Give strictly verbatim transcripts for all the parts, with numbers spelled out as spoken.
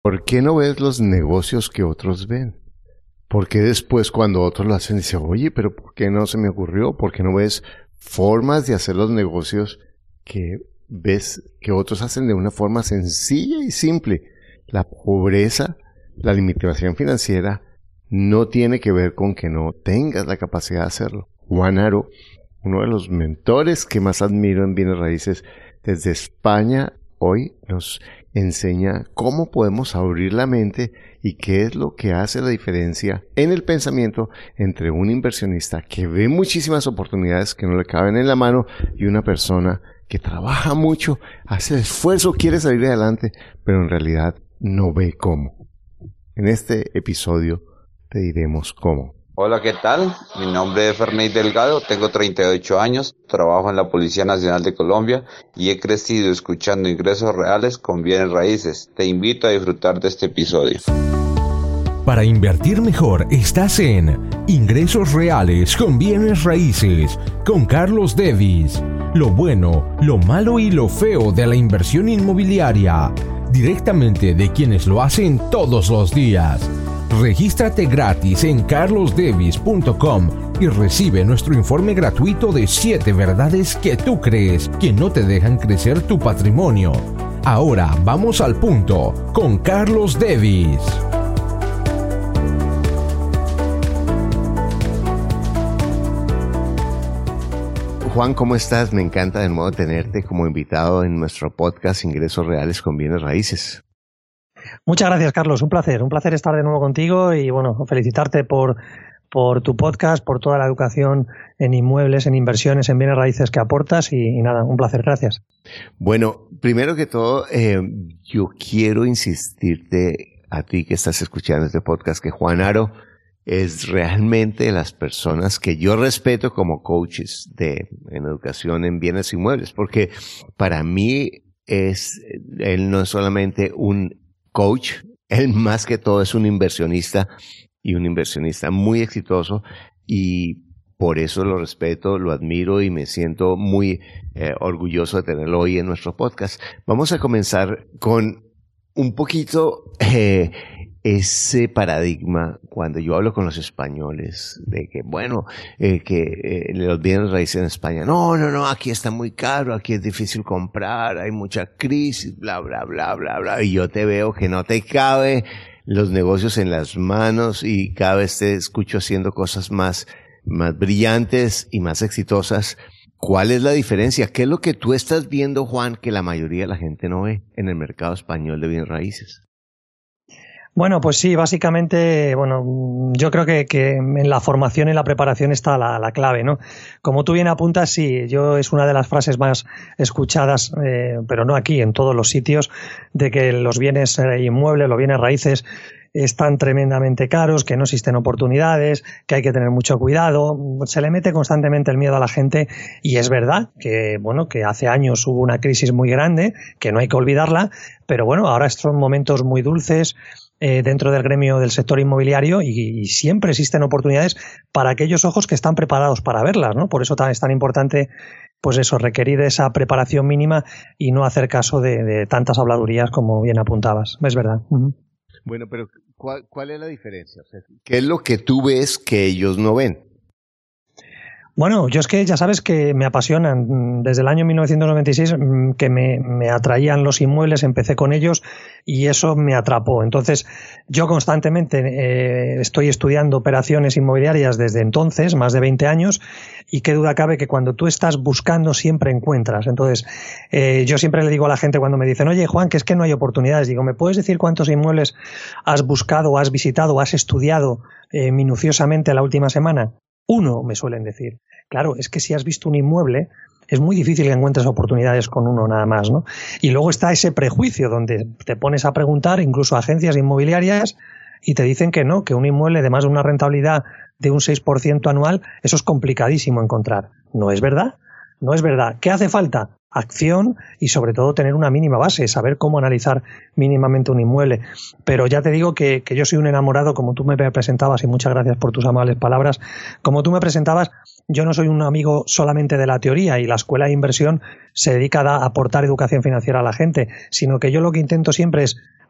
¿Por qué no ves los negocios que otros ven? ¿Por qué después cuando otros lo hacen dices, oye, pero ¿por qué no se me ocurrió? ¿Por qué no ves formas de hacer los negocios que ves que otros hacen de una forma sencilla y simple? La pobreza, la limitación financiera no tiene que ver con que no tengas la capacidad de hacerlo. Juan Aro, uno de los mentores que más admiro en bienes raíces desde España, hoy nos enseña cómo podemos abrir la mente y qué es lo que hace la diferencia en el pensamiento entre un inversionista que ve muchísimas oportunidades que no le caben en la mano y una persona que trabaja mucho, hace el esfuerzo, quiere salir adelante, pero en realidad no ve cómo. En este episodio te diremos cómo. Hola, ¿qué tal? Mi nombre es Ferney Delgado, tengo treinta y ocho años, trabajo en la Policía Nacional de Colombia y he crecido escuchando ingresos reales con bienes raíces. Te invito a disfrutar de este episodio. Para invertir mejor estás en Ingresos Reales con Bienes Raíces con Carlos Davis. Lo bueno, lo malo y lo feo de la inversión inmobiliaria, directamente de quienes lo hacen todos los días. Regístrate gratis en carlos davis punto com y recibe nuestro informe gratuito de siete verdades que tú crees que no te dejan crecer tu patrimonio. Ahora vamos al punto con Carlos Davis. Juan, ¿cómo estás? Me encanta de nuevo tenerte como invitado en nuestro podcast Ingresos Reales con Bienes Raíces. Muchas gracias, Carlos. Un placer. Un placer estar de nuevo contigo y, bueno, felicitarte por, por tu podcast, por toda la educación en inmuebles, en inversiones, en bienes raíces que aportas y, y nada, un placer. Gracias. Bueno, primero que todo, eh, yo quiero insistirte a ti que estás escuchando este podcast que Juan Aro es realmente de las personas que yo respeto como coaches de, en educación en bienes inmuebles, porque para mí es, él no es solamente un coach, él más que todo es un inversionista y un inversionista muy exitoso y por eso lo respeto, lo admiro y me siento muy eh, orgulloso de tenerlo hoy en nuestro podcast. Vamos a comenzar con un poquito eh, ese paradigma cuando yo hablo con los españoles de que, bueno, eh, que eh, los bienes raíces en España, no, no, no, aquí está muy caro, aquí es difícil comprar, hay mucha crisis, bla, bla, bla, bla, bla, y yo te veo que no te cabe los negocios en las manos y cada vez te escucho haciendo cosas más, más brillantes y más exitosas. ¿Cuál es la diferencia? ¿Qué es lo que tú estás viendo, Juan, que la mayoría de la gente no ve en el mercado español de bienes raíces? Bueno, pues sí, básicamente, bueno, yo creo que, que en la formación y la preparación está la, la clave, ¿no? Como tú bien apuntas, sí, yo es una de las frases más escuchadas, eh, pero no aquí, en todos los sitios, de que los bienes inmuebles, los bienes raíces, están tremendamente caros, que no existen oportunidades, que hay que tener mucho cuidado. Se le mete constantemente el miedo a la gente y es verdad que, bueno, que hace años hubo una crisis muy grande, que no hay que olvidarla, pero bueno, ahora son momentos muy dulces eh, dentro del gremio del sector inmobiliario y, y siempre existen oportunidades para aquellos ojos que están preparados para verlas, ¿no? Por eso es tan importante, pues eso, requerir esa preparación mínima y no hacer caso de, de tantas habladurías como bien apuntabas. Es verdad. Uh-huh. Bueno, pero ¿cuál, cuál es la diferencia? O sea, ¿qué es lo que tú ves que ellos no ven? Bueno, yo es que ya sabes que me apasionan. Desde el año mil novecientos noventa y seis que me, me atraían los inmuebles, empecé con ellos y eso me atrapó. Entonces, yo constantemente eh, estoy estudiando operaciones inmobiliarias desde entonces, más de veinte años, y qué duda cabe que cuando tú estás buscando siempre encuentras. Entonces, eh, yo siempre le digo a la gente cuando me dicen, oye, Juan, que es que no hay oportunidades, digo, ¿me puedes decir cuántos inmuebles has buscado, has visitado, has estudiado eh, minuciosamente la última semana? Uno, me suelen decir. Claro, es que si has visto un inmueble, es muy difícil que encuentres oportunidades con uno nada más, ¿no? Y luego está ese prejuicio donde te pones a preguntar, incluso a agencias inmobiliarias, y te dicen que no, que un inmueble de más de una rentabilidad de un seis por ciento anual, eso es complicadísimo encontrar. No es verdad, no es verdad. ¿Qué hace falta? Acción y sobre todo tener una mínima base, saber cómo analizar mínimamente un inmueble. Pero ya te digo que, que yo soy un enamorado, como tú me presentabas, y muchas gracias por tus amables palabras. Como tú me presentabas, yo no soy un amigo solamente de la teoría y la escuela de inversión se dedica a aportar educación financiera a la gente, sino que yo lo que intento siempre es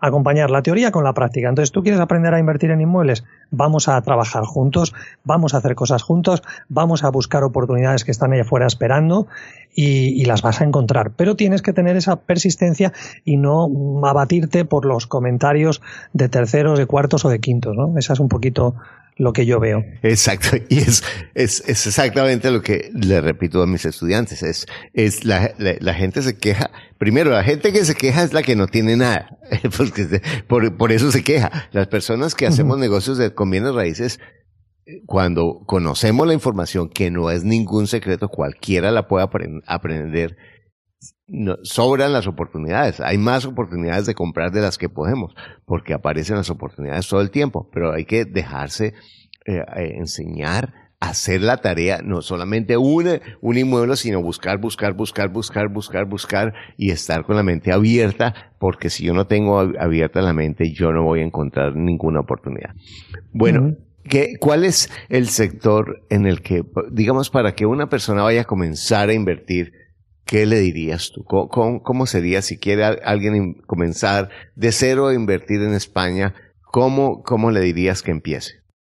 acompañar la teoría con la práctica. Entonces, tú quieres aprender a invertir en inmuebles, vamos a trabajar juntos, vamos a hacer cosas juntos, vamos a buscar oportunidades que están allá afuera esperando y, y las vas a encontrar. Pero tienes que tener esa persistencia y no abatirte por los comentarios de terceros, de cuartos o de quintos, ¿no? Esa es un poquito lo que yo veo. Exacto, y es, es, es exactamente lo que le repito a mis estudiantes, es, es la, la, la gente se queja, primero la gente que se queja es la que no tiene nada, porque por, por eso se queja. Las personas que hacemos uh-huh. negocios de con bienes raíces, cuando conocemos la información, que no es ningún secreto, cualquiera la puede aprend- aprender, no, sobran las oportunidades. Hay más oportunidades de comprar de las que podemos, porque aparecen las oportunidades todo el tiempo, pero hay que dejarse eh, eh, enseñar, hacer la tarea, no solamente una, un inmueble, sino buscar, buscar, buscar, buscar, buscar, buscar y estar con la mente abierta, porque si yo no tengo abierta la mente, yo no voy a encontrar ninguna oportunidad. Bueno, uh-huh. ¿Qué, ¿cuál es el sector en el que, digamos, para que una persona vaya a comenzar a invertir, qué le dirías tú? ¿Cómo, cómo, cómo sería si quiere alguien comenzar de cero a invertir en España? ¿Cómo, cómo le dirías que empiece?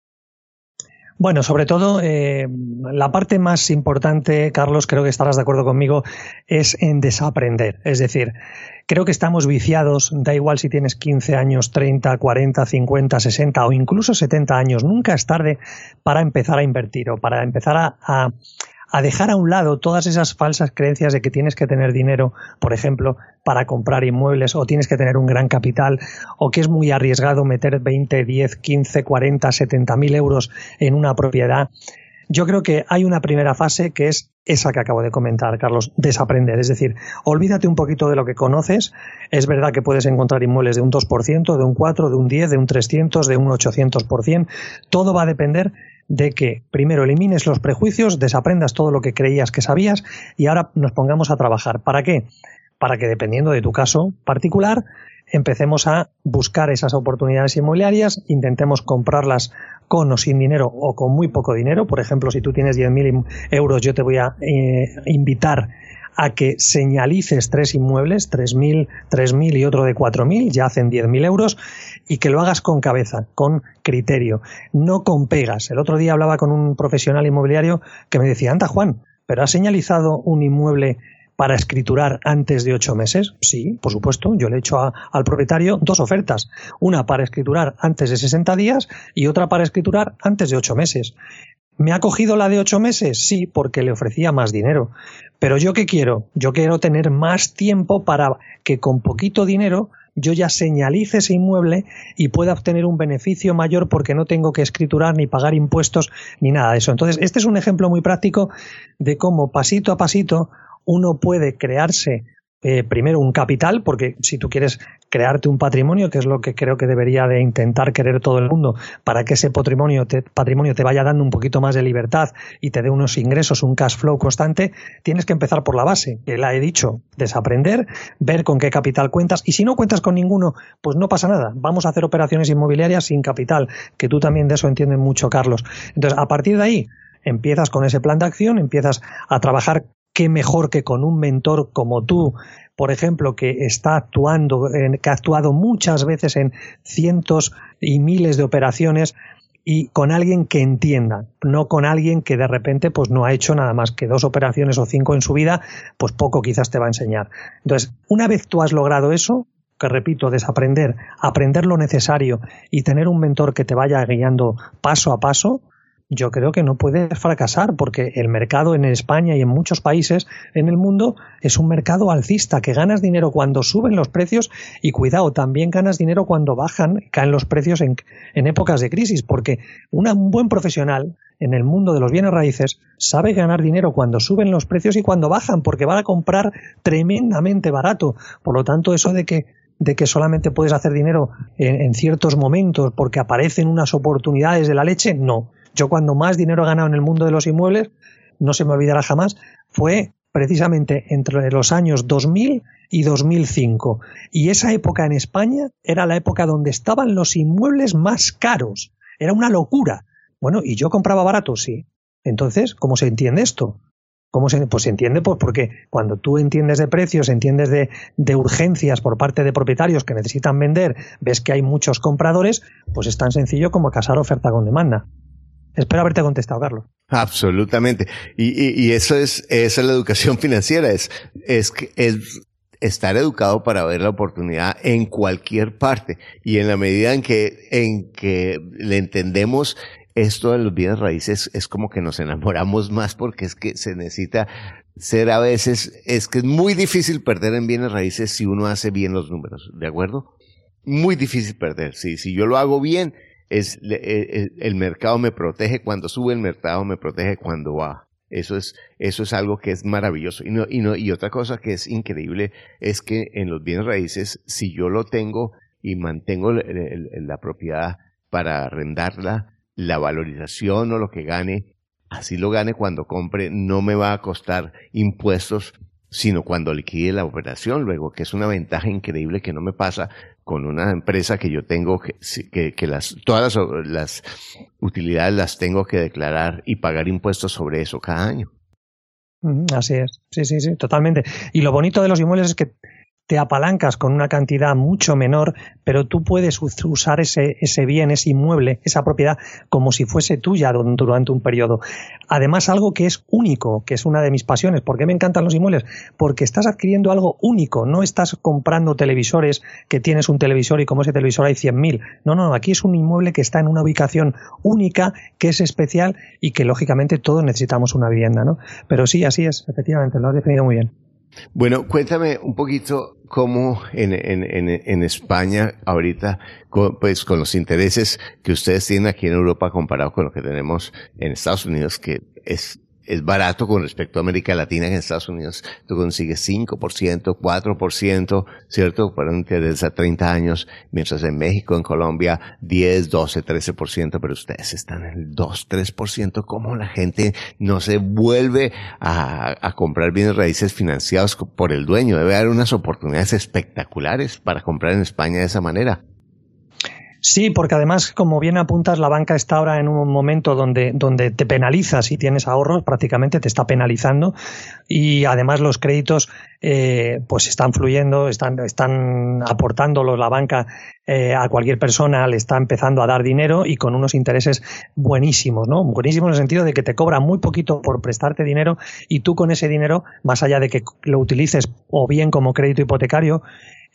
Bueno, sobre todo, eh, la parte más importante, Carlos, creo que estarás de acuerdo conmigo, es en desaprender. Es decir, creo que estamos viciados, da igual si tienes quince años, treinta, cuarenta, cincuenta, sesenta o incluso setenta años. Nunca es tarde para empezar a invertir o para empezar a, a, a dejar a un lado todas esas falsas creencias de que tienes que tener dinero, por ejemplo, para comprar inmuebles, o tienes que tener un gran capital, o que es muy arriesgado meter veinte, diez, quince, cuarenta, setenta mil euros en una propiedad. Yo creo que hay una primera fase que es esa que acabo de comentar, Carlos, desaprender. Es decir, olvídate un poquito de lo que conoces. Es verdad que puedes encontrar inmuebles de un dos por ciento, de un cuatro por ciento, de un diez por ciento, de un trescientos por ciento, de un ochocientos por ciento. Todo va a depender de que primero elimines los prejuicios, desaprendas todo lo que creías que sabías y ahora nos pongamos a trabajar. ¿Para qué? Para que, dependiendo de tu caso particular, empecemos a buscar esas oportunidades inmobiliarias, intentemos comprarlas con o sin dinero o con muy poco dinero. Por ejemplo, si tú tienes diez mil euros, yo te voy a eh, invitar a que señalices tres inmuebles, tres mil, tres mil y otro de cuatro mil, ya hacen diez mil euros, y que lo hagas con cabeza, con criterio, no con pegas. El otro día hablaba con un profesional inmobiliario que me decía, anda Juan, ¿pero has señalizado un inmueble para escriturar antes de ocho meses? Sí, por supuesto. Yo le he hecho a, al propietario dos ofertas. Una para escriturar antes de sesenta días y otra para escriturar antes de ocho meses. ¿Me ha cogido la de ocho meses? Sí, porque le ofrecía más dinero. Pero ¿yo qué quiero? Yo quiero tener más tiempo para que con poquito dinero yo ya señalice ese inmueble y pueda obtener un beneficio mayor porque no tengo que escriturar ni pagar impuestos ni nada de eso. Entonces, este es un ejemplo muy práctico de cómo pasito a pasito uno puede crearse eh, primero un capital, porque si tú quieres crearte un patrimonio, que es lo que creo que debería de intentar querer todo el mundo, para que ese patrimonio te, patrimonio te vaya dando un poquito más de libertad y te dé unos ingresos, un cash flow constante, tienes que empezar por la base, que la he dicho, desaprender, ver con qué capital cuentas, y si no cuentas con ninguno, pues no pasa nada, vamos a hacer operaciones inmobiliarias sin capital, que tú también de eso entiendes mucho, Carlos. Entonces, a partir de ahí, empiezas con ese plan de acción, empiezas a trabajar. Qué mejor que con un mentor como tú, por ejemplo, que está actuando, que ha actuado muchas veces en cientos y miles de operaciones, y con alguien que entienda, no con alguien que de repente pues no ha hecho nada más que dos operaciones o cinco en su vida, pues poco quizás te va a enseñar. Entonces, una vez tú has logrado eso, que repito, desaprender, aprender lo necesario y tener un mentor que te vaya guiando paso a paso, yo creo que no puedes fracasar, porque el mercado en España y en muchos países en el mundo es un mercado alcista, que ganas dinero cuando suben los precios y, cuidado, también ganas dinero cuando bajan, caen los precios en, en épocas de crisis, porque una, un buen profesional en el mundo de los bienes raíces sabe ganar dinero cuando suben los precios y cuando bajan, porque van a comprar tremendamente barato. Por lo tanto, eso de que de que solamente puedes hacer dinero en, en ciertos momentos porque aparecen unas oportunidades de la leche, no. Yo cuando más dinero he ganado en el mundo de los inmuebles, no se me olvidará jamás, fue precisamente entre los años dos mil y dos mil cinco. Y esa época en España era la época donde estaban los inmuebles más caros. Era una locura. Bueno, ¿y yo compraba barato? Sí. Entonces, ¿cómo se entiende esto? ¿Cómo se, pues se entiende? Pues porque cuando tú entiendes de precios, entiendes de, de urgencias por parte de propietarios que necesitan vender, ves que hay muchos compradores, pues es tan sencillo como casar oferta con demanda. Espero haberte contestado, Carlos. Absolutamente. Y, y, y eso es, esa es la educación financiera, es, es, es estar educado para ver la oportunidad en cualquier parte. Y en la medida en que, en que le entendemos esto de los bienes raíces, es como que nos enamoramos más, porque es que se necesita ser a veces, es que es muy difícil perder en bienes raíces si uno hace bien los números, ¿de acuerdo? Muy difícil perder. Sí, si yo lo hago bien, es el, el mercado me protege cuando sube, el mercado me protege cuando baja. Eso es, eso es algo que es maravilloso. Y no, y no, y otra cosa que es increíble es que en los bienes raíces, si yo lo tengo y mantengo el, el, la propiedad para arrendarla, la valorización o lo que gane, así lo gane cuando compre, no me va a costar impuestos, sino cuando liquide la operación luego, que es una ventaja increíble que no me pasa con una empresa que yo tengo que, que, que las, todas las, las utilidades las tengo que declarar y pagar impuestos sobre eso cada año. Así es, sí, sí, sí, totalmente. Y lo bonito de los inmuebles es que te apalancas con una cantidad mucho menor, pero tú puedes usar ese, ese bien, ese inmueble, esa propiedad, como si fuese tuya durante un periodo. Además, algo que es único, que es una de mis pasiones. ¿Por qué me encantan los inmuebles? Porque estás adquiriendo algo único, no estás comprando televisores, que tienes un televisor y como ese televisor hay cien mil. No, no, aquí es un inmueble que está en una ubicación única, que es especial y que, lógicamente, todos necesitamos una vivienda, ¿no? Pero sí, así es, efectivamente, lo has definido muy bien. Bueno, cuéntame un poquito cómo en, en, en, en España ahorita, con, pues con los intereses que ustedes tienen aquí en Europa comparado con lo que tenemos en Estados Unidos, que es es barato con respecto a América Latina, que en Estados Unidos tú consigues cinco por ciento, cuatro por ciento, ¿cierto? Para un interés a treinta años, mientras en México, en Colombia, diez, doce, trece por ciento, pero ustedes están en el dos, tres por ciento. ¿Cómo la gente no se vuelve a, a comprar bienes raíces financiados por el dueño? Debe haber unas oportunidades espectaculares para comprar en España de esa manera. Sí, porque además, como bien apuntas, la banca está ahora en un momento donde, donde te penaliza si tienes ahorros, prácticamente te está penalizando, y además los créditos eh, pues están fluyendo, están, están aportándolos la banca eh, a cualquier persona, le está empezando a dar dinero y con unos intereses buenísimos, ¿no? Buenísimos en el sentido de que te cobran muy poquito por prestarte dinero y tú con ese dinero, más allá de que lo utilices o bien como crédito hipotecario,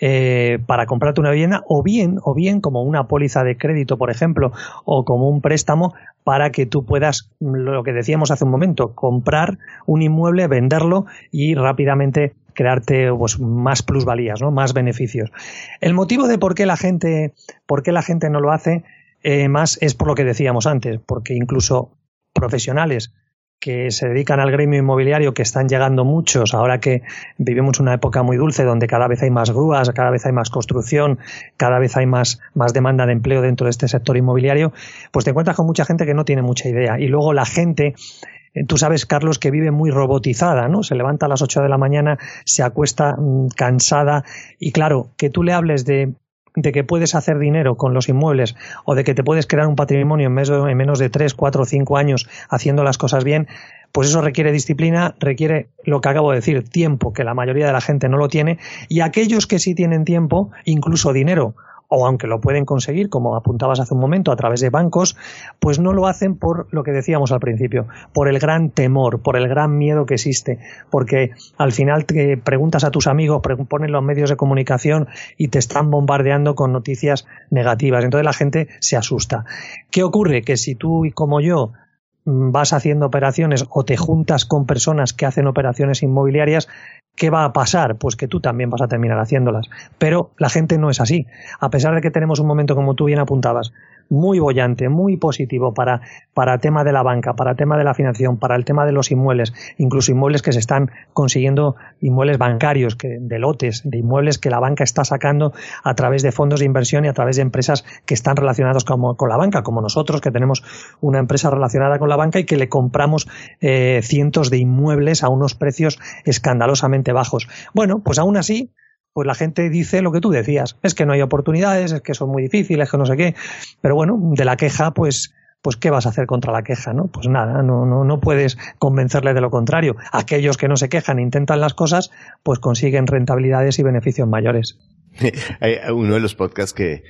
Eh, para comprarte una vivienda o bien o bien como una póliza de crédito, por ejemplo, o como un préstamo para que tú puedas, lo que decíamos hace un momento, comprar un inmueble, venderlo y rápidamente crearte pues más plusvalías, ¿no? Más beneficios. El motivo de por qué la gente por qué la gente no lo hace eh, más es por lo que decíamos antes, porque incluso profesionales que se dedican al gremio inmobiliario, que están llegando muchos, ahora que vivimos una época muy dulce donde cada vez hay más grúas, cada vez hay más construcción, cada vez hay más, más demanda de empleo dentro de este sector inmobiliario, pues te encuentras con mucha gente que no tiene mucha idea. Y luego la gente, tú sabes, Carlos, que vive muy robotizada, ¿no? Se levanta a las ocho de la mañana, se acuesta mmm, cansada y claro, que tú le hables de de que puedes hacer dinero con los inmuebles o de que te puedes crear un patrimonio en menos, en menos de tres, cuatro o cinco años haciendo las cosas bien, pues eso requiere disciplina, requiere lo que acabo de decir, tiempo, que la mayoría de la gente no lo tiene, y aquellos que sí tienen tiempo, incluso dinero, o aunque lo pueden conseguir, como apuntabas hace un momento, a través de bancos, pues no lo hacen por lo que decíamos al principio, por el gran temor, por el gran miedo que existe, porque al final te preguntas a tus amigos, ponen los medios de comunicación y te están bombardeando con noticias negativas, entonces la gente se asusta. ¿Qué ocurre? Que si tú y como yo vas haciendo operaciones o te juntas con personas que hacen operaciones inmobiliarias, ¿qué va a pasar? Pues que tú también vas a terminar haciéndolas. Pero la gente no es así. A pesar de que tenemos un momento, como tú bien apuntabas, muy boyante, muy positivo para, para tema de la banca, para tema de la financiación, para el tema de los inmuebles, incluso inmuebles que se están consiguiendo, inmuebles bancarios, que, de lotes, de inmuebles que la banca está sacando a través de fondos de inversión y a través de empresas que están relacionadas con, con la banca, como nosotros, que tenemos una empresa relacionada con la banca y que le compramos eh, cientos de inmuebles a unos precios escandalosamente bajos. Bueno, pues aún así, pues la gente dice lo que tú decías, es que no hay oportunidades, es que son muy difíciles, es que no sé qué, pero bueno, de la queja pues pues ¿qué vas a hacer contra la queja? ¿No? Pues nada, no, no, no puedes convencerle de lo contrario. Aquellos que no se quejan e intentan las cosas, pues consiguen rentabilidades y beneficios mayores. Hay uno de los podcasts que,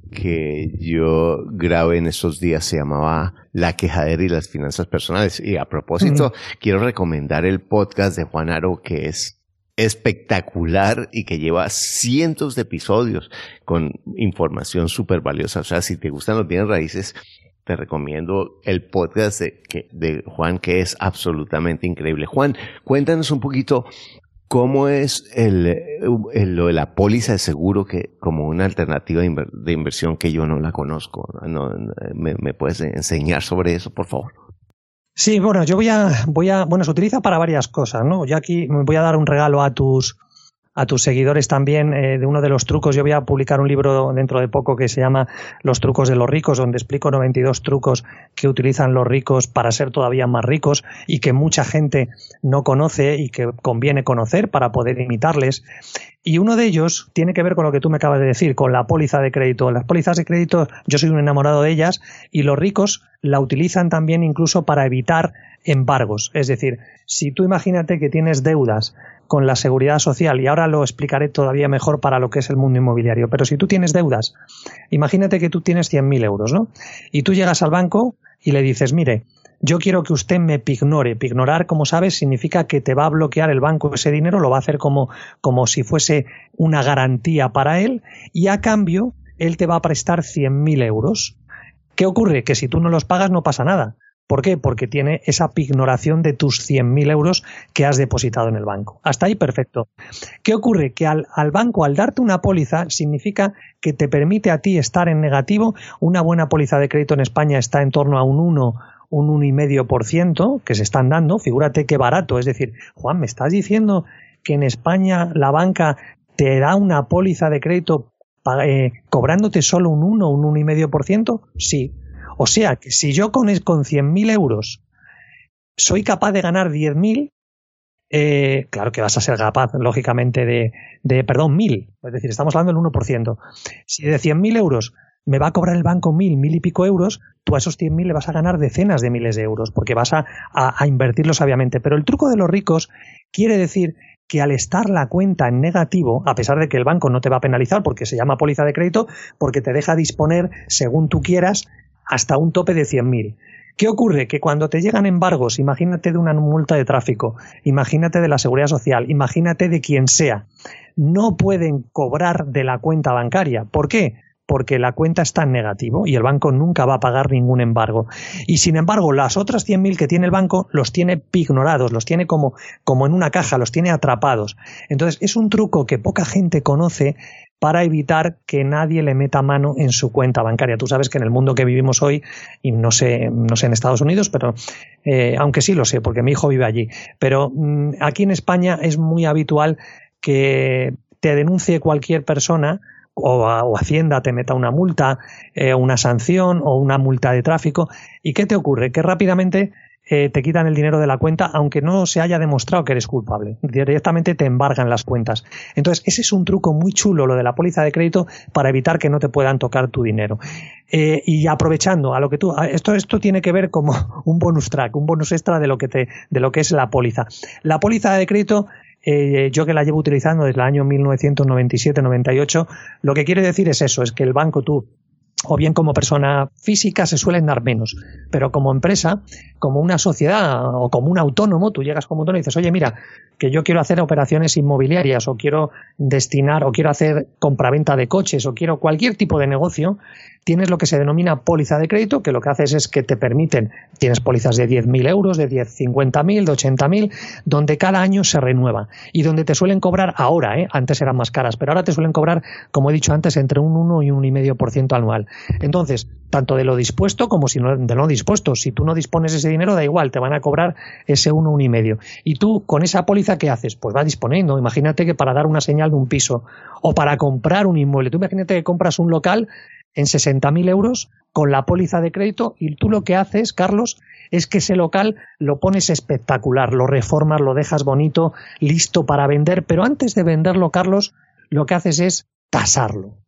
que yo grabé en estos días se llamaba La quejadera y las finanzas personales. Y a propósito, mm. quiero recomendar el podcast de Juan Aro, que es espectacular y que lleva cientos de episodios con información súper valiosa. O sea, si te gustan los bienes raíces, te recomiendo el podcast de, de Juan, que es absolutamente increíble. Juan, cuéntanos un poquito cómo es el, el, lo de la póliza de seguro que como una alternativa de, inver, de inversión que yo no la conozco. No, ¿me, ¿Me puedes enseñar sobre eso, por favor? Sí, bueno, yo voy a, voy a, bueno, se utiliza para varias cosas, ¿no? Yo aquí voy a dar un regalo a tus, a tus seguidores también eh, de uno de los trucos. Yo voy a publicar un libro dentro de poco que se llama Los trucos de los ricos, donde explico noventa y dos trucos que utilizan los ricos para ser todavía más ricos y que mucha gente no conoce y que conviene conocer para poder imitarles. Y uno de ellos tiene que ver con lo que tú me acabas de decir, con la póliza de crédito. Las pólizas de crédito, yo soy un enamorado de ellas y los ricos la utilizan también incluso para evitar embargos. Es decir, si tú imagínate que tienes deudas con la seguridad social, y ahora lo explicaré todavía mejor para lo que es el mundo inmobiliario, pero si tú tienes deudas, imagínate que tú tienes cien mil euros, ¿no? Y tú llegas al banco y le dices, mire, yo quiero que usted me pignore. Pignorar, como sabes, significa que te va a bloquear el banco ese dinero, lo va a hacer como, como si fuese una garantía para él, y a cambio él te va a prestar cien mil euros. ¿Qué ocurre? Que si tú no los pagas no pasa nada. ¿Por qué? Porque tiene esa pignoración de tus cien mil euros que has depositado en el banco. Hasta ahí perfecto. ¿Qué ocurre? Que al, al banco, al darte una póliza, significa que te permite a ti estar en negativo. Una buena póliza de crédito en España está en torno a un uno, un uno coma cinco por ciento que se están dando. Figúrate qué barato. Es decir, Juan, ¿me estás diciendo que en España la banca te da una póliza de crédito eh, cobrándote solo un uno, un uno coma cinco por ciento? Sí. O sea, que si yo con, con cien mil euros soy capaz de ganar diez mil, eh, claro que vas a ser capaz, lógicamente, de, de, perdón, mil. Es decir, estamos hablando del uno por ciento. Si de cien mil euros me va a cobrar el banco mil, mil y pico euros, tú a esos cien mil le vas a ganar decenas de miles de euros, porque vas a, a, a invertirlo sabiamente. Pero el truco de los ricos quiere decir que al estar la cuenta en negativo, a pesar de que el banco no te va a penalizar porque se llama póliza de crédito, porque te deja disponer, según tú quieras, hasta un tope de cien mil. ¿Qué ocurre? Que cuando te llegan embargos, imagínate de una multa de tráfico, imagínate de la seguridad social, imagínate de quien sea, no pueden cobrar de la cuenta bancaria. ¿Por qué? Porque la cuenta está en negativo y el banco nunca va a pagar ningún embargo. Y sin embargo, las otras cien mil que tiene el banco los tiene pignorados, los tiene como, como en una caja, los tiene atrapados. Entonces, es un truco que poca gente conoce para evitar que nadie le meta mano en su cuenta bancaria. Tú sabes que en el mundo que vivimos hoy, y no sé, no sé en Estados Unidos, pero eh, aunque sí lo sé, porque mi hijo vive allí, pero mmm, aquí en España es muy habitual que te denuncie cualquier persona o, a, o Hacienda te meta una multa, eh, una sanción o una multa de tráfico. ¿Y qué te ocurre? Que rápidamente Eh, te quitan el dinero de la cuenta, aunque no se haya demostrado que eres culpable. Directamente te embargan las cuentas. Entonces, ese es un truco muy chulo, lo de la póliza de crédito, para evitar que no te puedan tocar tu dinero. Eh, y aprovechando a lo que tú, esto, esto tiene que ver como un bonus track, un bonus extra de lo que te, de lo que es la póliza. La póliza de crédito, eh, yo que la llevo utilizando desde el año mil novecientos noventa y siete noventa y ocho, lo que quiere decir es eso, es que el banco tú, o bien como persona física, se suelen dar menos, pero como empresa, como una sociedad o como un autónomo, tú llegas como autónomo y dices, oye, mira, que yo quiero hacer operaciones inmobiliarias o quiero destinar o quiero hacer compraventa de coches o quiero cualquier tipo de negocio, tienes lo que se denomina póliza de crédito, que lo que haces es que te permiten, tienes pólizas de diez mil euros, de diez, cincuenta mil, de ochenta mil, donde cada año se renueva y donde te suelen cobrar ahora, ¿eh? Antes eran más caras, pero ahora te suelen cobrar, como he dicho antes, entre un uno y un uno coma cinco por ciento anual. Entonces, tanto de lo dispuesto como si no, de lo dispuesto, si tú no dispones de ese dinero, da igual, te van a cobrar ese uno, uno coma cinco. Y tú, con esa póliza, ¿qué haces? Pues va disponiendo. Imagínate que para dar una señal de un piso o para comprar un inmueble, tú imagínate que compras un local en sesenta mil euros con la póliza de crédito y tú lo que haces, Carlos, es que ese local lo pones espectacular, lo reformas, lo dejas bonito, listo para vender, pero antes de venderlo, Carlos, lo que haces es tasarlo.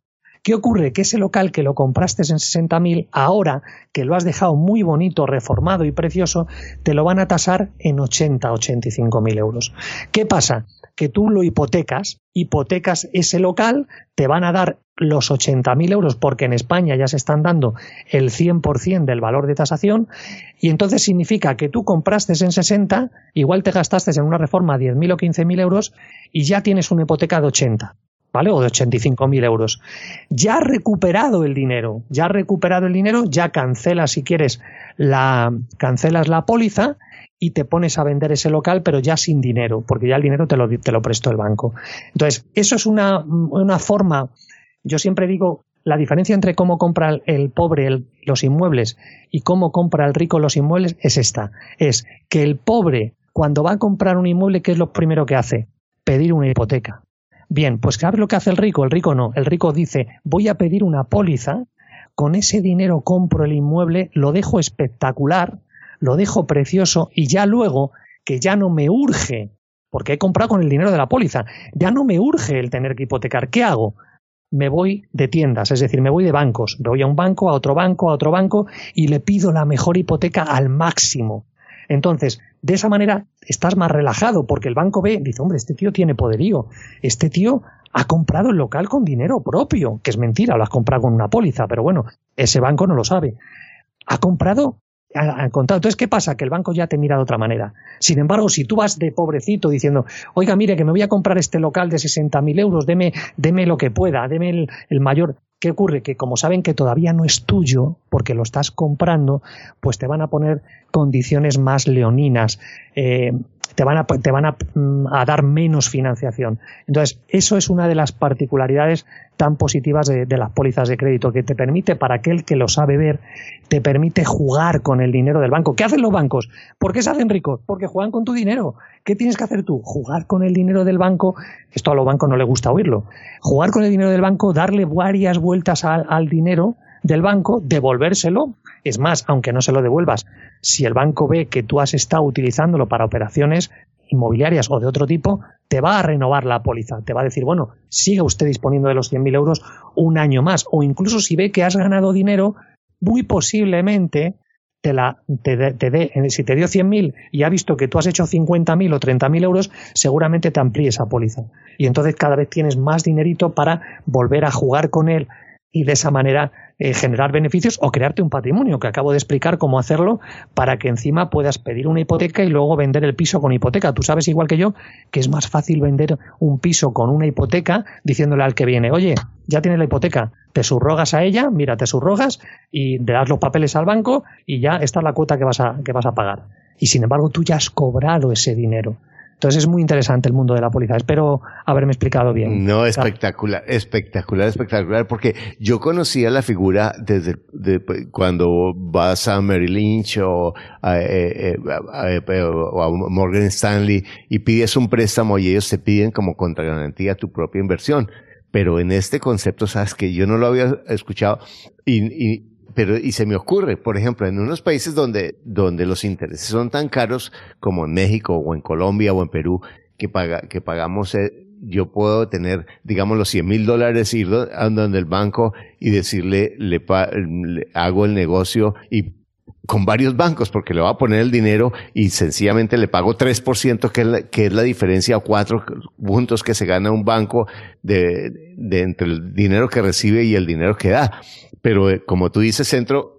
¿Qué ocurre? Que ese local que lo compraste en sesenta mil, ahora que lo has dejado muy bonito, reformado y precioso, te lo van a tasar en ochenta, ochenta y cinco mil euros. ¿Qué pasa? Que tú lo hipotecas, hipotecas ese local, te van a dar los ochenta mil euros, porque en España ya se están dando el cien por ciento del valor de tasación, y entonces significa que tú compraste en sesenta, igual te gastaste en una reforma diez mil o quince mil euros y ya tienes una hipoteca de ochenta, ¿vale? O de ochenta y cinco mil euros. Ya has recuperado el dinero, ya has recuperado el dinero, ya cancelas, si quieres, la, cancelas la póliza y te pones a vender ese local, pero ya sin dinero, porque ya el dinero te lo, te lo prestó el banco. Entonces, eso es una, una forma. Yo siempre digo, la diferencia entre cómo compra el, el pobre el, los inmuebles y cómo compra el rico los inmuebles es esta. Es que el pobre, cuando va a comprar un inmueble, ¿qué es lo primero que hace? Pedir una hipoteca. Bien, pues ¿sabes lo que hace el rico? El rico no. El rico dice, voy a pedir una póliza, con ese dinero compro el inmueble, lo dejo espectacular, lo dejo precioso y ya luego, que ya no me urge, porque he comprado con el dinero de la póliza, ya no me urge el tener que hipotecar. ¿Qué hago? Me voy de tiendas, es decir, me voy de bancos. Me voy a un banco, a otro banco, a otro banco y le pido la mejor hipoteca al máximo. Entonces, de esa manera estás más relajado porque el banco ve, dice, hombre, este tío tiene poderío, este tío ha comprado el local con dinero propio, que es mentira, lo has comprado con una póliza, pero bueno, ese banco no lo sabe. Ha comprado, ha, ha contado. Entonces, ¿qué pasa? Que el banco ya te mira de otra manera. Sin embargo, si tú vas de pobrecito diciendo, oiga, mire, que me voy a comprar este local de sesenta mil euros, deme, deme lo que pueda, deme el, el mayor... ¿Qué ocurre? Que como saben que todavía no es tuyo, porque lo estás comprando, pues te van a poner condiciones más leoninas, eh, te van a, te van a, a dar menos financiación. Entonces, eso es una de las particularidades tan positivas de, de las pólizas de crédito, que te permite, para aquel que lo sabe ver, te permite jugar con el dinero del banco. ¿Qué hacen los bancos? ¿Por qué se hacen ricos? Porque juegan con tu dinero. ¿Qué tienes que hacer tú? Jugar con el dinero del banco. Esto a los bancos no les gusta oírlo. Jugar con el dinero del banco, darle varias vueltas al, al dinero del banco, devolvérselo. Es más, aunque no se lo devuelvas, si el banco ve que tú has estado utilizándolo para operaciones inmobiliarias o de otro tipo, te va a renovar la póliza. Te va a decir, bueno, siga usted disponiendo de los cien mil euros un año más. O incluso si ve que has ganado dinero, muy posiblemente te la te dé, te dé, si te dio cien mil y ha visto que tú has hecho cincuenta mil o treinta mil euros, seguramente te amplíe esa póliza. Y entonces cada vez tienes más dinerito para volver a jugar con él y de esa manera eh, generar beneficios o crearte un patrimonio, que acabo de explicar cómo hacerlo para que encima puedas pedir una hipoteca y luego vender el piso con hipoteca. Tú sabes igual que yo que es más fácil vender un piso con una hipoteca diciéndole al que viene, oye, ya tienes la hipoteca, te subrogas a ella, mira, te subrogas y le das los papeles al banco y ya esta es la cuota que vas a, que vas a pagar. Y sin embargo tú ya has cobrado ese dinero. Entonces es muy interesante el mundo de la póliza. Espero haberme explicado bien. No, espectacular, espectacular, espectacular, porque yo conocía la figura desde de, cuando vas a Merrill Lynch o a, eh, a, a, o a Morgan Stanley y pides un préstamo y ellos te piden como contragarantía tu propia inversión. Pero en este concepto, sabes que yo no lo había escuchado y, y Pero, y se me ocurre, por ejemplo, en unos países donde, donde los intereses son tan caros como en México o en Colombia o en Perú, que paga, que pagamos, eh, yo puedo tener, digamos, los cien mil dólares, ir a donde el banco y decirle, le, le hago el negocio y con varios bancos, porque le voy a poner el dinero y sencillamente le pago tres por ciento, que es la, que es la diferencia, o cuatro puntos que se gana un banco de, de entre el dinero que recibe y el dinero que da. Pero eh, como tú dices, Centro,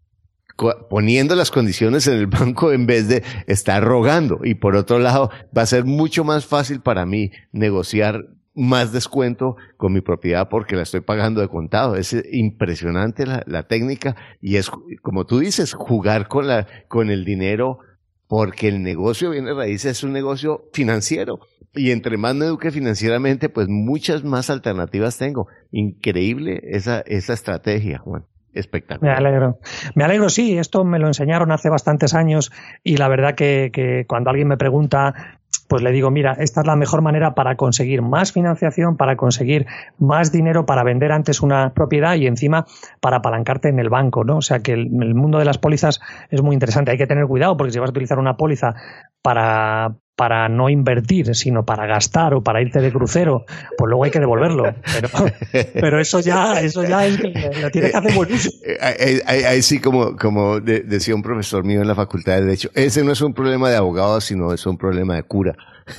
poniendo las condiciones en el banco en vez de estar rogando. Y por otro lado, va a ser mucho más fácil para mí negociar más descuento con mi propiedad porque la estoy pagando de contado. Es impresionante la, la técnica y es, como tú dices, jugar con la, con el dinero, porque el negocio de bienes raíces es un negocio financiero y entre más me eduque financieramente, pues muchas más alternativas tengo. Increíble esa, esa estrategia, Juan. Espectacular. Me alegro. Me alegro, sí. Esto me lo enseñaron hace bastantes años y la verdad que, que cuando alguien me pregunta, pues le digo, mira, esta es la mejor manera para conseguir más financiación, para conseguir más dinero, para vender antes una propiedad y encima para apalancarte en el banco, ¿no? O sea que el, el mundo de las pólizas es muy interesante. Hay que tener cuidado porque si vas a utilizar una póliza para, para no invertir, sino para gastar o para irte de crucero, pues luego hay que devolverlo. Pero, pero eso ya eso ya es que lo tienes que hacer buen uso. Ahí, ahí, ahí sí, como, como de, decía un profesor mío en la Facultad de Derecho, ese no es un problema de abogado, sino es un problema de cura.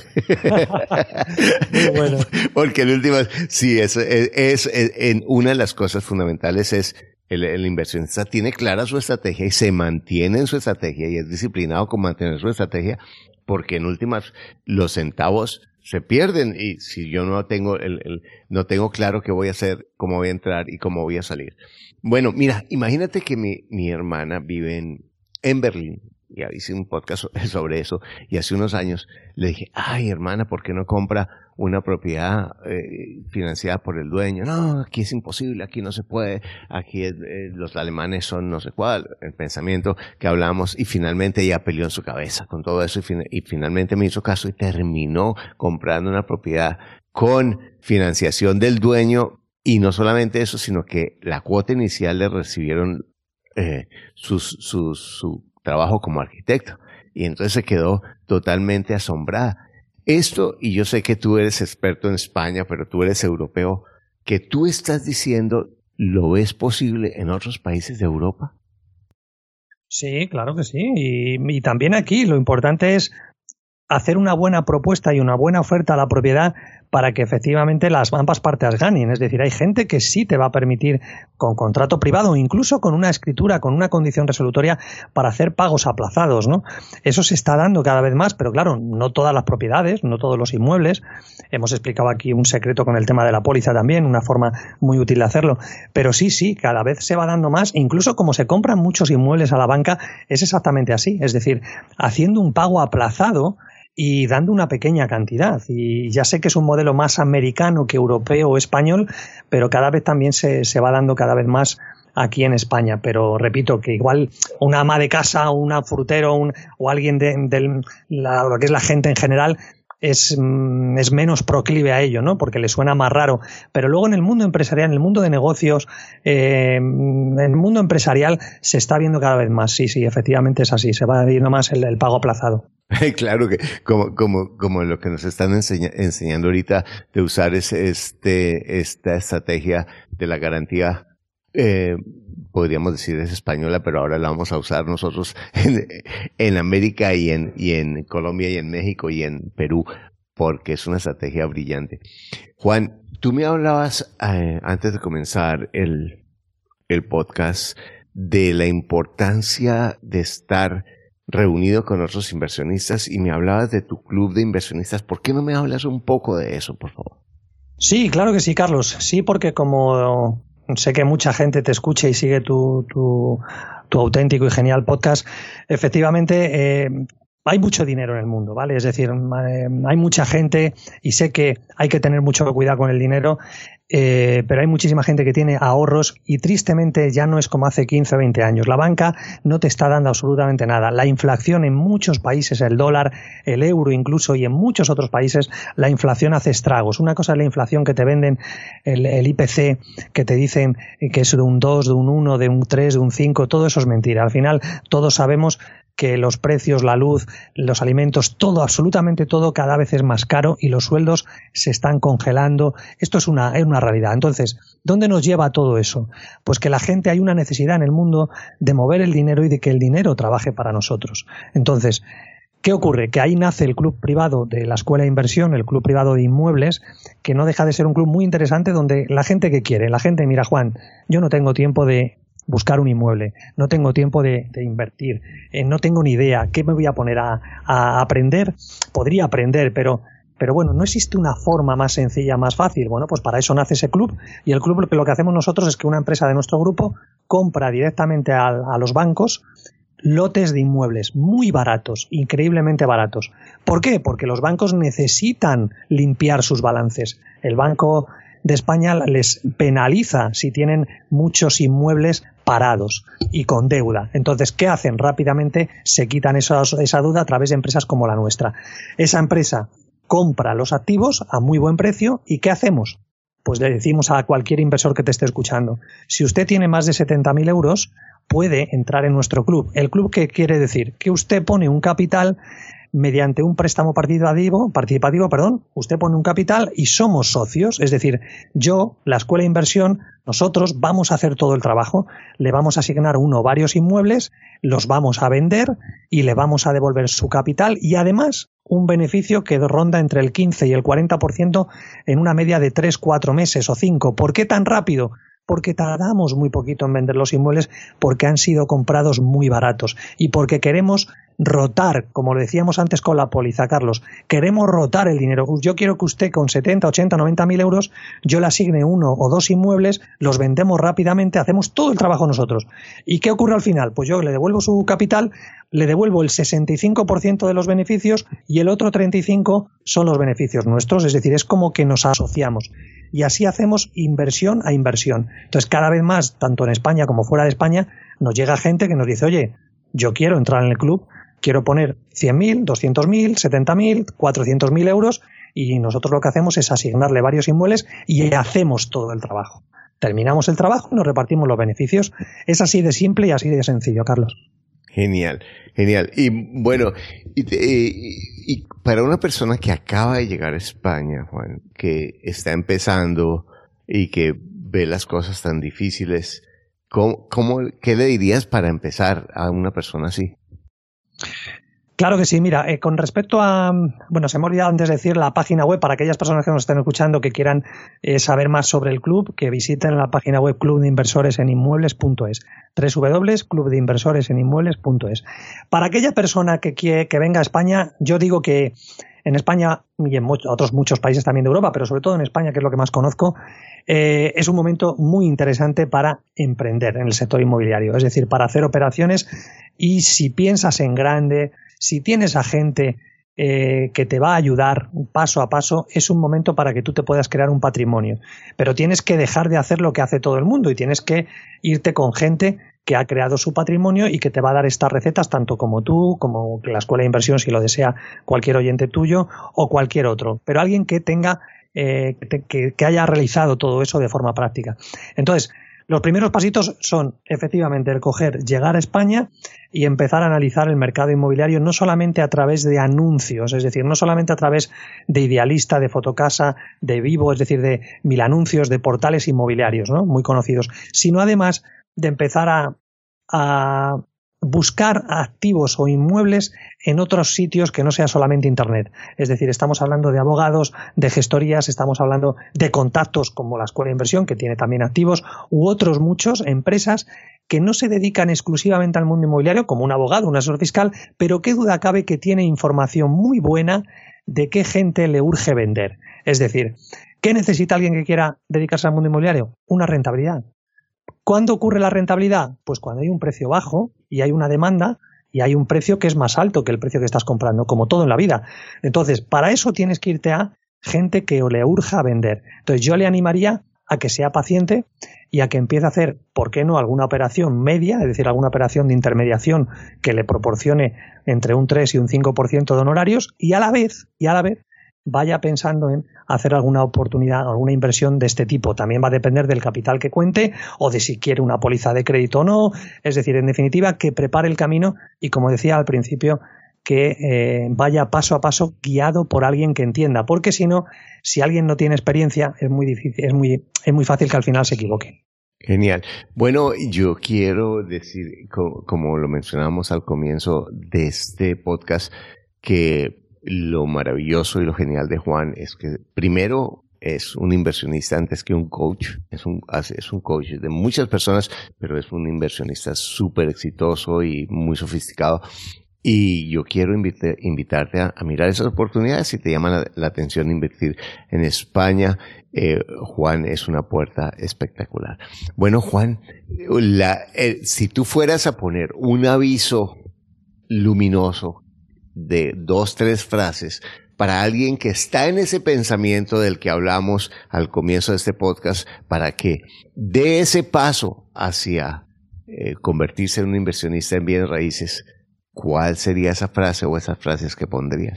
Muy bueno. Porque en últimas, sí, es, es, es, es en una de las cosas fundamentales es el, el inversionista tiene clara su estrategia y se mantiene en su estrategia y es disciplinado con mantener su estrategia, porque en últimas los centavos se pierden y si yo no tengo el, el no tengo claro qué voy a hacer, cómo voy a entrar y cómo voy a salir. Bueno, mira, imagínate que mi, mi hermana vive en, en Berlín. Ya hice un podcast sobre eso y hace unos años le dije, ay hermana, ¿por qué no compra una propiedad eh, financiada por el dueño? No, aquí es imposible, aquí no se puede, aquí eh, los alemanes son no sé cuál, el pensamiento que hablamos, y finalmente ella peleó en su cabeza con todo eso y, fin- y finalmente me hizo caso y terminó comprando una propiedad con financiación del dueño, y no solamente eso, sino que la cuota inicial le recibieron eh, sus, sus, su trabajo como arquitecto, y entonces se quedó totalmente asombrada. Esto, y yo sé que tú eres experto en España, pero tú eres europeo, que tú estás diciendo, ¿lo ves posible en otros países de Europa? Sí, claro que sí, y, y también aquí lo importante es hacer una buena propuesta y una buena oferta a la propiedad para que efectivamente las ambas partes ganen. Es decir, hay gente que sí te va a permitir con contrato privado, incluso con una escritura, con una condición resolutoria para hacer pagos aplazados, ¿no? Eso se está dando cada vez más, pero claro, no todas las propiedades, no todos los inmuebles. Hemos explicado aquí un secreto con el tema de la póliza también, una forma muy útil de hacerlo. Pero sí, sí, cada vez se va dando más. Incluso como se compran muchos inmuebles a la banca, es exactamente así. Es decir, haciendo un pago aplazado y dando una pequeña cantidad. Y ya sé que es un modelo más americano que europeo o español, pero cada vez también se, se va dando cada vez más aquí en España. Pero repito que igual una ama de casa, un frutero un, o alguien de, de la, lo que es la gente en general es, es menos proclive a ello, ¿no? Porque le suena más raro. Pero luego en el mundo empresarial, en el mundo de negocios, eh, en el mundo empresarial se está viendo cada vez más. Sí, sí, efectivamente es así. Se va viendo más el, el pago aplazado. Claro que como como como lo que nos están enseña, enseñando ahorita de usar es este esta estrategia de la garantía, eh, podríamos decir es española, pero ahora la vamos a usar nosotros en, en América y en y en Colombia y en México y en Perú, porque es una estrategia brillante. Juan, tú me hablabas eh, antes de comenzar el el podcast de la importancia de estar reunido con otros inversionistas y me hablabas de tu club de inversionistas. ¿Por qué no me hablas un poco de eso, por favor? Sí, claro que sí, Carlos. Sí, porque como sé que mucha gente te escucha y sigue tu, tu, tu auténtico y genial podcast, efectivamente eh, hay mucho dinero en el mundo, ¿vale? Es decir, eh, hay mucha gente y sé que hay que tener mucho cuidado con el dinero, eh, pero hay muchísima gente que tiene ahorros y tristemente ya no es como hace quince o veinte años. La banca no te está dando absolutamente nada. La inflación en muchos países, el dólar, el euro incluso, y en muchos otros países la inflación hace estragos. Una cosa es la inflación que te venden, el, el I P C, que te dicen que es de un dos, de un uno, de un tres, de un cinco, todo eso es mentira. Al final todos sabemos que los precios, la luz, los alimentos, todo, absolutamente todo cada vez es más caro y los sueldos se están congelando. Esto es una, es una realidad. Entonces, ¿dónde nos lleva todo eso? Pues que la gente, hay una necesidad en el mundo de mover el dinero y de que el dinero trabaje para nosotros. Entonces, ¿qué ocurre? Que ahí nace el club privado de la Escuela de Inversión, el club privado de inmuebles, que no deja de ser un club muy interesante donde la gente que quiere, la gente, mira Juan, yo no tengo tiempo de buscar un inmueble, no tengo tiempo de, de invertir, eh, no tengo ni idea, ¿qué me voy a poner a, a aprender? Podría aprender, pero, pero bueno, no existe una forma más sencilla, más fácil. Bueno, pues para eso nace ese club, y el club lo que hacemos nosotros es que una empresa de nuestro grupo compra directamente a, a los bancos lotes de inmuebles muy baratos, increíblemente baratos. ¿Por qué? Porque los bancos necesitan limpiar sus balances. El Banco de España les penaliza si tienen muchos inmuebles parados y con deuda. Entonces, ¿qué hacen? Rápidamente se quitan esos, esa deuda a través de empresas como la nuestra. Esa empresa compra los activos a muy buen precio y ¿qué hacemos? Pues le decimos a cualquier inversor que te esté escuchando, si usted tiene más de setenta mil euros, puede entrar en nuestro club. ¿El club qué quiere decir? Que usted pone un capital mediante un préstamo participativo, participativo, perdón, usted pone un capital y somos socios, es decir, yo, la Escuela de Inversión, nosotros vamos a hacer todo el trabajo, le vamos a asignar uno o varios inmuebles, los vamos a vender y le vamos a devolver su capital y además un beneficio que ronda entre el quince y el cuarenta por ciento en una media de tres, cuatro meses o cinco. ¿Por qué tan rápido? Porque tardamos muy poquito en vender los inmuebles, porque han sido comprados muy baratos y porque queremos rotar, como lo decíamos antes con la póliza, Carlos, queremos rotar el dinero. Yo quiero que usted con setenta, ochenta, noventa mil euros yo le asigne uno o dos inmuebles, los vendemos rápidamente, hacemos todo el trabajo nosotros. ¿Y qué ocurre al final? Pues yo le devuelvo su capital, le devuelvo el sesenta y cinco por ciento de los beneficios y el otro treinta y cinco por ciento son los beneficios nuestros, es decir, es como que nos asociamos. Y así hacemos inversión a inversión. Entonces, cada vez más, tanto en España como fuera de España, nos llega gente que nos dice, oye, yo quiero entrar en el club, quiero poner cien mil, doscientos mil, setenta mil, cuatrocientos mil euros y nosotros lo que hacemos es asignarle varios inmuebles y hacemos todo el trabajo. Terminamos el trabajo y nos repartimos los beneficios. Es así de simple y así de sencillo, Carlos. Genial, genial. Y bueno, y, y, y para una persona que acaba de llegar a España, Juan, que está empezando y que ve las cosas tan difíciles, ¿cómo, cómo, ¿qué le dirías para empezar a una persona así? Claro que sí, mira, eh, con respecto a, bueno, se me ha olvidado antes de decir la página web para aquellas personas que nos estén escuchando que quieran eh, saber más sobre el club, que visiten la página web club de inversores en inmuebles punto es, doble u doble u doble u punto club de inversores en inmuebles punto es. Para aquella persona que quiere, que venga a España, yo digo que en España y en muchos, otros muchos países también de Europa, pero sobre todo en España, que es lo que más conozco, eh, es un momento muy interesante para emprender en el sector inmobiliario, es decir, para hacer operaciones y si piensas en grande, si tienes a gente eh, que te va a ayudar paso a paso, es un momento para que tú te puedas crear un patrimonio. Pero tienes que dejar de hacer lo que hace todo el mundo y tienes que irte con gente que ha creado su patrimonio y que te va a dar estas recetas tanto como tú, como la Escuela de Inversión, si lo desea cualquier oyente tuyo o cualquier otro. Pero alguien que tenga, eh, que, que haya realizado todo eso de forma práctica. Entonces, los primeros pasitos son efectivamente el coger, llegar a España y empezar a analizar el mercado inmobiliario no solamente a través de anuncios, es decir, no solamente a través de Idealista, de Fotocasa, de Vivo, es decir, de mil anuncios, de portales inmobiliarios, ¿no?, muy conocidos, sino además de empezar a, a buscar activos o inmuebles en otros sitios que no sea solamente Internet. Es decir, estamos hablando de abogados, de gestorías, estamos hablando de contactos como la Escuela de Inversión, que tiene también activos, u otros muchos, empresas que no se dedican exclusivamente al mundo inmobiliario, como un abogado, un asesor fiscal, pero qué duda cabe que tiene información muy buena de qué gente le urge vender. Es decir, ¿qué necesita alguien que quiera dedicarse al mundo inmobiliario? Una rentabilidad. ¿Cuándo ocurre la rentabilidad? Pues cuando hay un precio bajo y hay una demanda y hay un precio que es más alto que el precio que estás comprando, como todo en la vida. Entonces, para eso tienes que irte a gente que le urja vender. Entonces, yo le animaría a que sea paciente y a que empiece a hacer, ¿por qué no?, alguna operación media, es decir, alguna operación de intermediación que le proporcione entre un tres y un cinco por ciento de honorarios y a la vez, y a la vez, vaya pensando en hacer alguna oportunidad, alguna inversión de este tipo. También va a depender del capital que cuente o de si quiere una póliza de crédito o no. Es decir, en definitiva, que prepare el camino y, como decía al principio, que eh, vaya paso a paso guiado por alguien que entienda. Porque si no, si alguien no tiene experiencia, es muy difícil, es muy, es muy fácil que al final se equivoque. Genial. Bueno, yo quiero decir, como, como lo mencionábamos al comienzo de este podcast, que lo maravilloso y lo genial de Juan es que primero es un inversionista antes que un coach, es un, es un coach de muchas personas, pero es un inversionista súper exitoso y muy sofisticado. Y yo quiero invite, invitarte a, a mirar esas oportunidades si te llama la, la atención invertir en España. Eh, Juan es una puerta espectacular. Bueno, Juan, la, eh, si tú fueras a poner un aviso luminoso de dos, tres frases para alguien que está en ese pensamiento del que hablamos al comienzo de este podcast, para que dé ese paso hacia eh, convertirse en un inversionista en bienes raíces, ¿cuál sería esa frase o esas frases que pondrías?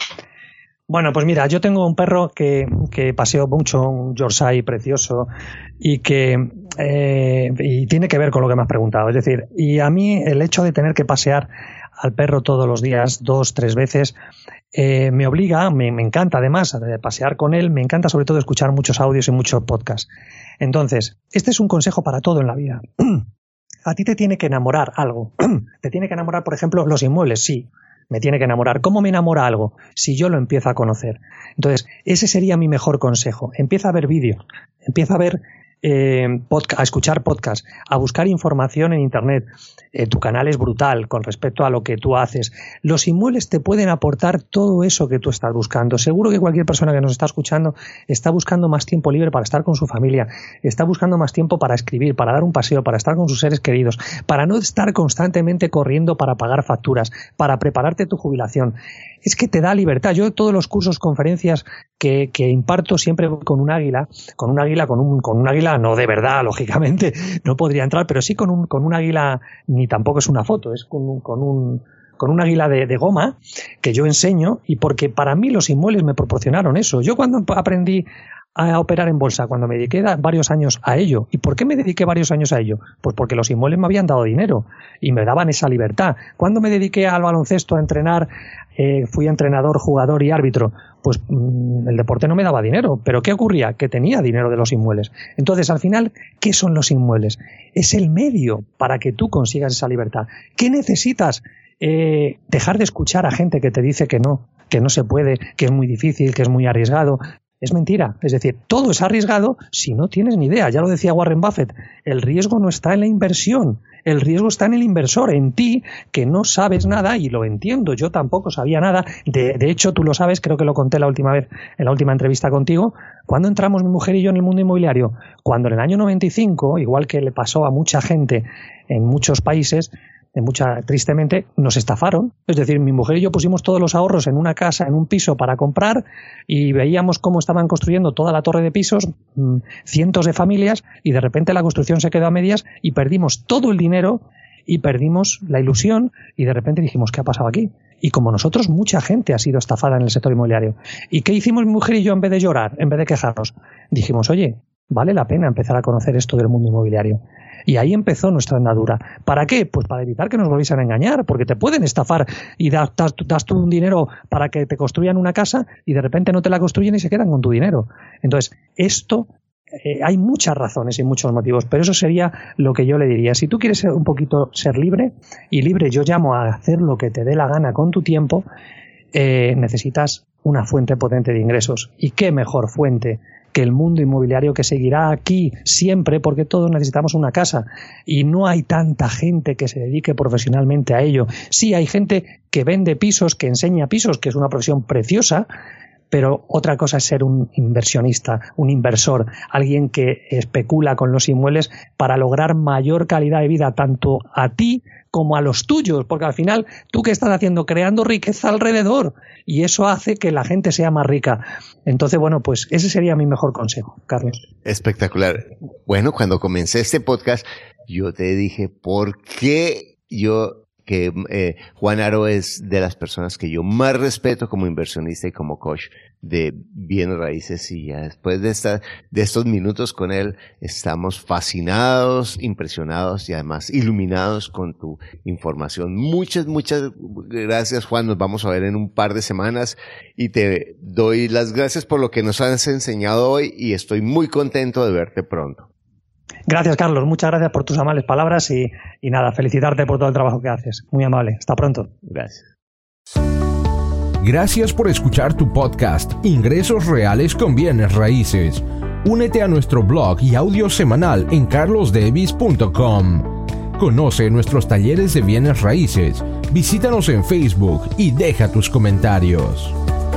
Bueno, pues mira, yo tengo un perro que, que paseo mucho, un Yorkshire precioso, y que eh, y tiene que ver con lo que me has preguntado. Es decir, y a mí el hecho de tener que pasear al perro todos los días, dos, tres veces. Eh, me obliga, me, me encanta además de pasear con él, me encanta sobre todo escuchar muchos audios y muchos podcasts. Entonces, este es un consejo para todo en la vida. A ti te tiene que enamorar algo. Te tiene que enamorar, por ejemplo, los inmuebles, sí. Me tiene que enamorar. ¿Cómo me enamora algo? Si yo lo empiezo a conocer. Entonces, ese sería mi mejor consejo. Empieza a ver vídeos, empieza a ver eh, podcast, a escuchar podcasts, a buscar información en internet. Eh, tu canal es brutal con respecto a lo que tú haces. Los inmuebles te pueden aportar todo eso que tú estás buscando. Seguro que cualquier persona que nos está escuchando está buscando más tiempo libre para estar con su familia, está buscando más tiempo para escribir, para dar un paseo, para estar con sus seres queridos, para no estar constantemente corriendo para pagar facturas, para prepararte tu jubilación. Es que te da libertad. Yo todos los cursos, conferencias que, que imparto siempre con un águila, con un águila, con un, con un águila no de verdad, lógicamente, no podría entrar, pero sí con un, con un águila, ni tampoco es una foto, es con un, con un, con un águila de, de goma que yo enseño, y porque para mí los inmuebles me proporcionaron eso. Yo cuando aprendí a operar en bolsa, cuando me dediqué varios años a ello. ¿Y por qué me dediqué varios años a ello? Pues porque los inmuebles me habían dado dinero y me daban esa libertad. Cuando me dediqué al baloncesto, a entrenar, eh, fui entrenador, jugador y árbitro, pues mmm, el deporte no me daba dinero. ¿Pero qué ocurría? Que tenía dinero de los inmuebles. Entonces, al final, ¿qué son los inmuebles? Es el medio para que tú consigas esa libertad. ¿Qué necesitas? Eh, dejar de escuchar a gente que te dice que no, que no se puede, que es muy difícil, que es muy arriesgado. Es mentira. Es decir, todo es arriesgado si no tienes ni idea. Ya lo decía Warren Buffett, el riesgo no está en la inversión, el riesgo está en el inversor, en ti, que no sabes nada, y lo entiendo, yo tampoco sabía nada. De, de hecho, tú lo sabes, creo que lo conté la última vez, en la última entrevista contigo. ¿Cuándo entramos mi mujer y yo en el mundo inmobiliario? Cuando en el año noventa y cinco, igual que le pasó a mucha gente en muchos países, de mucha, tristemente, nos estafaron. Es decir, mi mujer y yo pusimos todos los ahorros en una casa, en un piso para comprar, y veíamos cómo estaban construyendo toda la torre de pisos, mmm, cientos de familias, y de repente la construcción se quedó a medias y perdimos todo el dinero y perdimos la ilusión, y de repente dijimos, ¿qué ha pasado aquí? Y como nosotros, mucha gente ha sido estafada en el sector inmobiliario. ¿Y qué hicimos mi mujer y yo en vez de llorar, en vez de quejarnos? Dijimos, oye, vale la pena empezar a conocer esto del mundo inmobiliario. Y ahí empezó nuestra andadura. ¿Para qué? Pues para evitar que nos volviesen a engañar, porque te pueden estafar y das, das, das tú un dinero para que te construyan una casa y de repente no te la construyen y se quedan con tu dinero. Entonces, esto, eh, hay muchas razones y muchos motivos, pero eso sería lo que yo le diría. Si tú quieres ser un poquito ser libre, y libre yo llamo a hacer lo que te dé la gana con tu tiempo, eh, necesitas una fuente potente de ingresos. ¿Y qué mejor fuente que el mundo inmobiliario, que seguirá aquí siempre, porque todos necesitamos una casa y no hay tanta gente que se dedique profesionalmente a ello? Sí, hay gente que vende pisos, que enseña pisos, que es una profesión preciosa, pero otra cosa es ser un inversionista, un inversor, alguien que especula con los inmuebles para lograr mayor calidad de vida tanto a ti como a los tuyos, porque al final, ¿tú qué estás haciendo? Creando riqueza alrededor, y eso hace que la gente sea más rica. Entonces, bueno, pues ese sería mi mejor consejo, Carlos. Espectacular. Bueno, cuando comencé este podcast, yo te dije, ¿por qué yo... que eh, Juan Aro es de las personas que yo más respeto como inversionista y como coach de bienes raíces, y ya después de, esta, de estos minutos con él estamos fascinados, impresionados y además iluminados con tu información. Muchas, muchas gracias, Juan. Nos vamos a ver en un par de semanas y te doy las gracias por lo que nos has enseñado hoy, y estoy muy contento de verte pronto. Gracias, Carlos. Muchas gracias por tus amables palabras y, y nada, felicitarte por todo el trabajo que haces. Muy amable. Hasta pronto. Gracias. Gracias por escuchar tu podcast Ingresos Reales con Bienes Raíces. Únete a nuestro blog y audio semanal en carlos davis punto com. Conoce nuestros talleres de bienes raíces. Visítanos en Facebook y deja tus comentarios.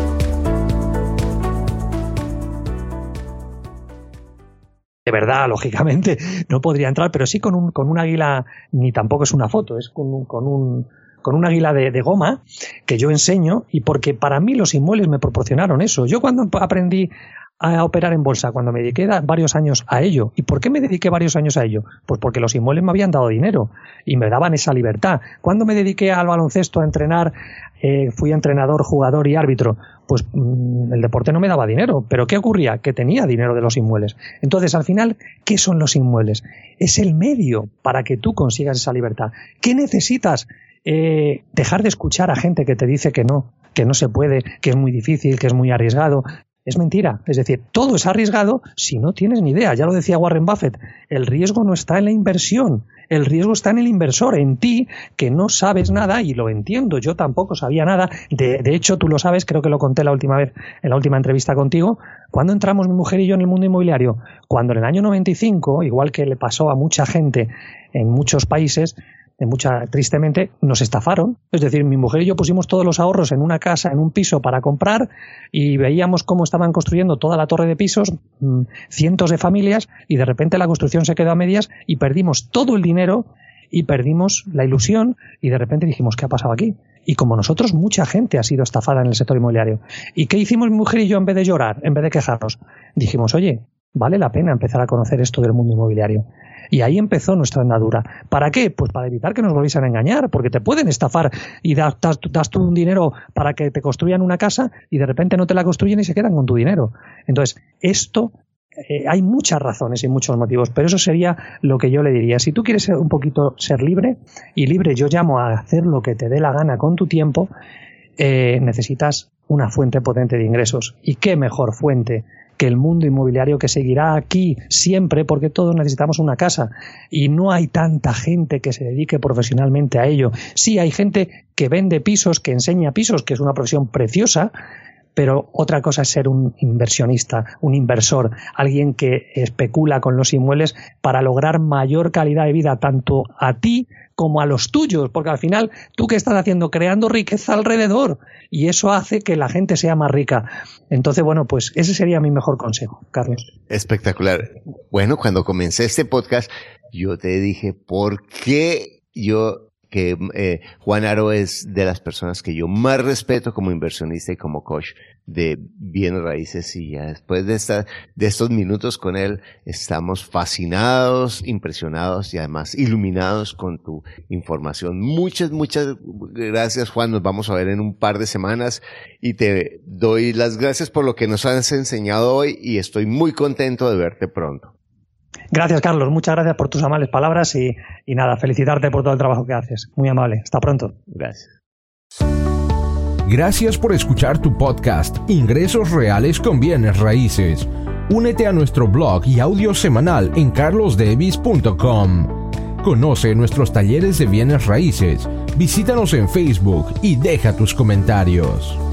De verdad, lógicamente, no podría entrar, pero sí con un, con un águila, ni tampoco es una foto, es con un, con un, con un águila de, de goma que yo enseño, y porque para mí los inmuebles me proporcionaron eso. Yo cuando aprendí a operar en bolsa, cuando me dediqué varios años a ello. ¿Y por qué me dediqué varios años a ello? Pues porque los inmuebles me habían dado dinero y me daban esa libertad. Cuando me dediqué al baloncesto, a entrenar, eh, fui entrenador, jugador y árbitro, pues mmm, el deporte no me daba dinero. ¿Pero qué ocurría? Que tenía dinero de los inmuebles. Entonces, al final, ¿qué son los inmuebles? Es el medio para que tú consigas esa libertad. ¿Qué necesitas? eh, dejar de escuchar a gente que te dice que no, que no se puede, que es muy difícil, que es muy arriesgado. Es mentira. Es decir, todo es arriesgado si no tienes ni idea. Ya lo decía Warren Buffett, el riesgo no está en la inversión, el riesgo está en el inversor, en ti, que no sabes nada, y lo entiendo, yo tampoco sabía nada. De, de hecho, tú lo sabes, creo que lo conté la última vez, en la última entrevista contigo. ¿Cuándo entramos mi mujer y yo en el mundo inmobiliario? Cuando en el año noventa y cinco, igual que le pasó a mucha gente en muchos países, de mucha, tristemente, nos estafaron. Es decir, mi mujer y yo pusimos todos los ahorros en una casa, en un piso para comprar, y veíamos cómo estaban construyendo toda la torre de pisos, mmm, cientos de familias, y de repente la construcción se quedó a medias y perdimos todo el dinero y perdimos la ilusión, y de repente dijimos, ¿qué ha pasado aquí? Y como nosotros, mucha gente ha sido estafada en el sector inmobiliario. ¿Y qué hicimos mi mujer y yo en vez de llorar, en vez de quejarnos? Dijimos, oye, vale la pena empezar a conocer esto del mundo inmobiliario. Y ahí empezó nuestra andadura. ¿Para qué? Pues para evitar que nos volviesen a engañar, porque te pueden estafar y das, das, das tú un dinero para que te construyan una casa y de repente no te la construyen y se quedan con tu dinero. Entonces, esto, eh, hay muchas razones y muchos motivos, pero eso sería lo que yo le diría. Si tú quieres ser un poquito ser libre, y libre yo llamo a hacer lo que te dé la gana con tu tiempo, eh, necesitas una fuente potente de ingresos. ¿Y qué mejor fuente que el mundo inmobiliario, que seguirá aquí siempre, porque todos necesitamos una casa y no hay tanta gente que se dedique profesionalmente a ello? Sí, hay gente que vende pisos, que enseña pisos, que es una profesión preciosa, pero otra cosa es ser un inversionista, un inversor, alguien que especula con los inmuebles para lograr mayor calidad de vida tanto a ti como a los tuyos, porque al final, ¿tú qué estás haciendo? Creando riqueza alrededor, y eso hace que la gente sea más rica. Entonces, bueno, pues ese sería mi mejor consejo, Carlos. Espectacular. Bueno, cuando comencé este podcast, yo te dije, ¿por qué yo, que eh, Juan Aro es de las personas que yo más respeto como inversionista y como coach de bienes raíces? Y ya después de esta, de estos minutos con él, estamos fascinados, impresionados y además iluminados con tu información. Muchas, muchas gracias, Juan. Nos vamos a ver en un par de semanas y te doy las gracias por lo que nos has enseñado hoy, y estoy muy contento de verte pronto. Gracias, Carlos. Muchas gracias por tus amables palabras y, y nada, felicitarte por todo el trabajo que haces. Muy amable. Hasta pronto. Gracias. Gracias por escuchar tu podcast Ingresos Reales con Bienes Raíces. Únete a nuestro blog y audio semanal en carlos davis punto com. Conoce nuestros talleres de bienes raíces. Visítanos en Facebook y deja tus comentarios.